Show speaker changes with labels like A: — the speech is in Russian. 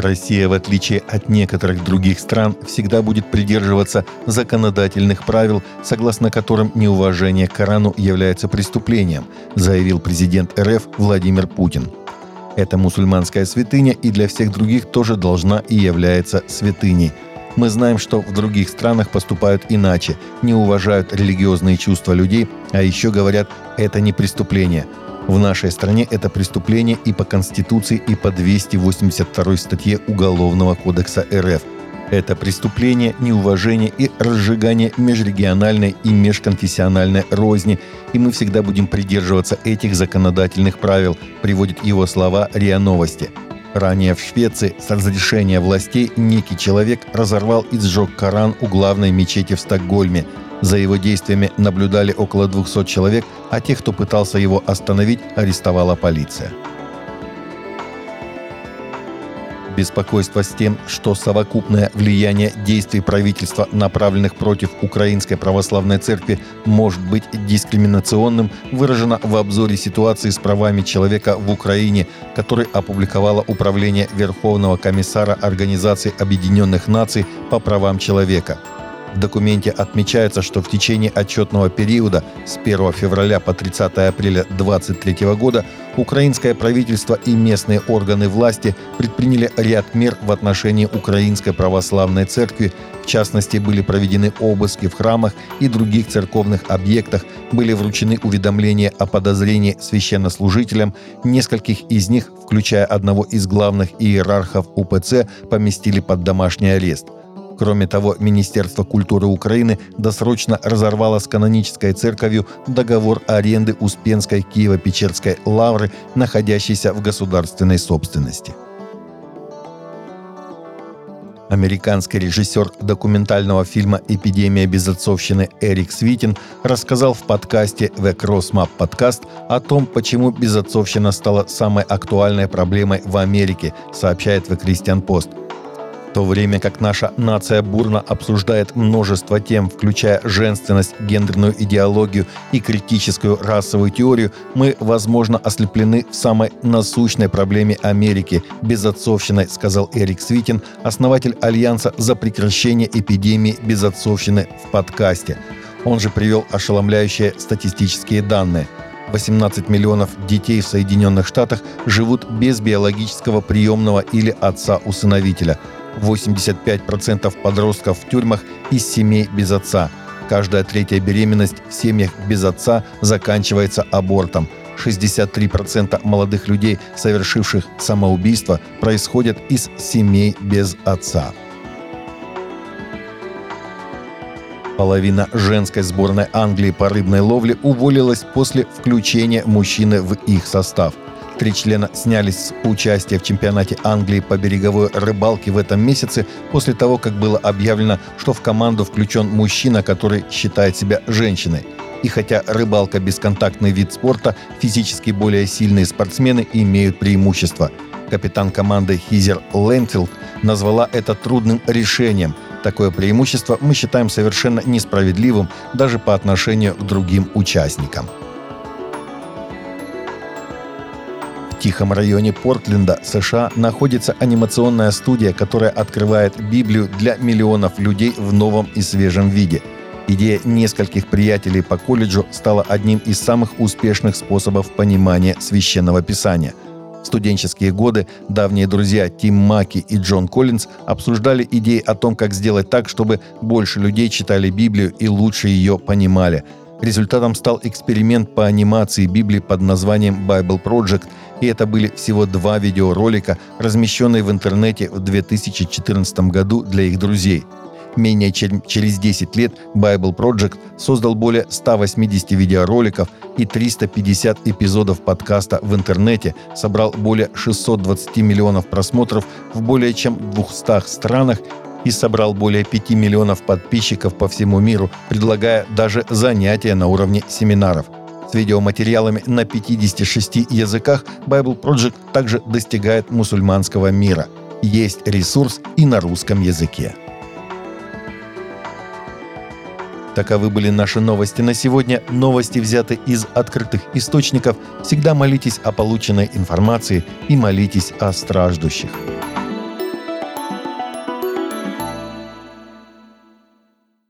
A: Россия, в отличие от некоторых других стран, всегда будет придерживаться законодательных правил, согласно которым неуважение к Корану является преступлением, заявил президент РФ Владимир Путин. Эта мусульманская святыня и для всех других тоже должна и является святыней. Мы знаем, что в других странах поступают иначе, не уважают религиозные чувства людей, а еще говорят, это не преступление. В нашей стране это преступление и по Конституции, и по 282 статье Уголовного кодекса РФ. Это преступление, неуважение и разжигание межрегиональной и межконфессиональной розни, и мы всегда будем придерживаться этих законодательных правил, приводит его слова РИА Новости. Ранее в Швеции с разрешения властей некий человек разорвал и сжег Коран у главной мечети в Стокгольме. За его действиями наблюдали около 200 человек, а тех, кто пытался его остановить, арестовала полиция. Беспокойство с тем, что совокупное влияние действий правительства, направленных против Украинской Православной Церкви, может быть дискриминационным, выражено в обзоре ситуации с правами человека в Украине, который опубликовало Управление Верховного комиссара Организации Объединенных Наций по правам человека. В документе отмечается, что в течение отчетного периода с 1 февраля по 30 апреля 2023 года украинское правительство и местные органы власти предприняли ряд мер в отношении Украинской Православной Церкви. В частности, были проведены обыски в храмах и других церковных объектах, были вручены уведомления о подозрении священнослужителям, нескольких из них, включая одного из главных иерархов УПЦ, поместили под домашний арест. Кроме того, Министерство культуры Украины досрочно разорвало с канонической церковью договор аренды Успенской Киево-Печерской лавры, находящейся в государственной собственности. Американский режиссер документального фильма «Эпидемия безотцовщины» Эрик Свитин рассказал в подкасте «The Crossmap Podcast» о том, почему безотцовщина стала самой актуальной проблемой в Америке, сообщает The Christian Post. В то время как наша нация бурно обсуждает множество тем, включая женственность, гендерную идеологию и критическую расовую теорию, мы, возможно, ослеплены в самой насущной проблеме Америки – безотцовщиной, сказал Эрик Свитин, основатель Альянса за прекращение эпидемии безотцовщины в подкасте. Он же привел ошеломляющие статистические данные. 18 миллионов детей в Соединенных Штатах живут без биологического приемного или отца-усыновителя. 85% подростков в тюрьмах из семей без отца. Каждая третья беременность в семьях без отца заканчивается абортом. 63% молодых людей, совершивших самоубийство, происходят из семей без отца. Половина женской сборной Англии по рыбной ловле уволилась после включения мужчины в их состав. 3 члена снялись с участия в чемпионате Англии по береговой рыбалке в этом месяце после того, как было объявлено, что в команду включен мужчина, который считает себя женщиной. И хотя рыбалка – бесконтактный вид спорта, физически более сильные спортсмены имеют преимущество. Капитан команды Хизер Лэнфилд назвала это трудным решением. Такое преимущество мы считаем совершенно несправедливым даже по отношению к другим участникам. В тихом районе Портленда, США, находится анимационная студия, которая открывает Библию для миллионов людей в новом и свежем виде. Идея нескольких приятелей по колледжу стала одним из самых успешных способов понимания Священного Писания. В студенческие годы давние друзья Тим Маки и Джон Коллинз обсуждали идеи о том, как сделать так, чтобы больше людей читали Библию и лучше ее понимали. Результатом стал эксперимент по анимации Библии под названием Bible Project, и это были всего 2 видеоролика, размещенные в интернете в 2014 году для их друзей. Менее чем через 10 лет Bible Project создал более 180 видеороликов и 350 эпизодов подкаста в интернете, собрал более 620 миллионов просмотров в более чем 200 странах и собрал более 5 миллионов подписчиков по всему миру, предлагая даже занятия на уровне семинаров. С видеоматериалами на 56 языках Bible Project также достигает мусульманского мира. Есть ресурс и на русском языке. Таковы были наши новости на сегодня. Новости взяты из открытых источников. Всегда молитесь о полученной информации и молитесь о страждущих.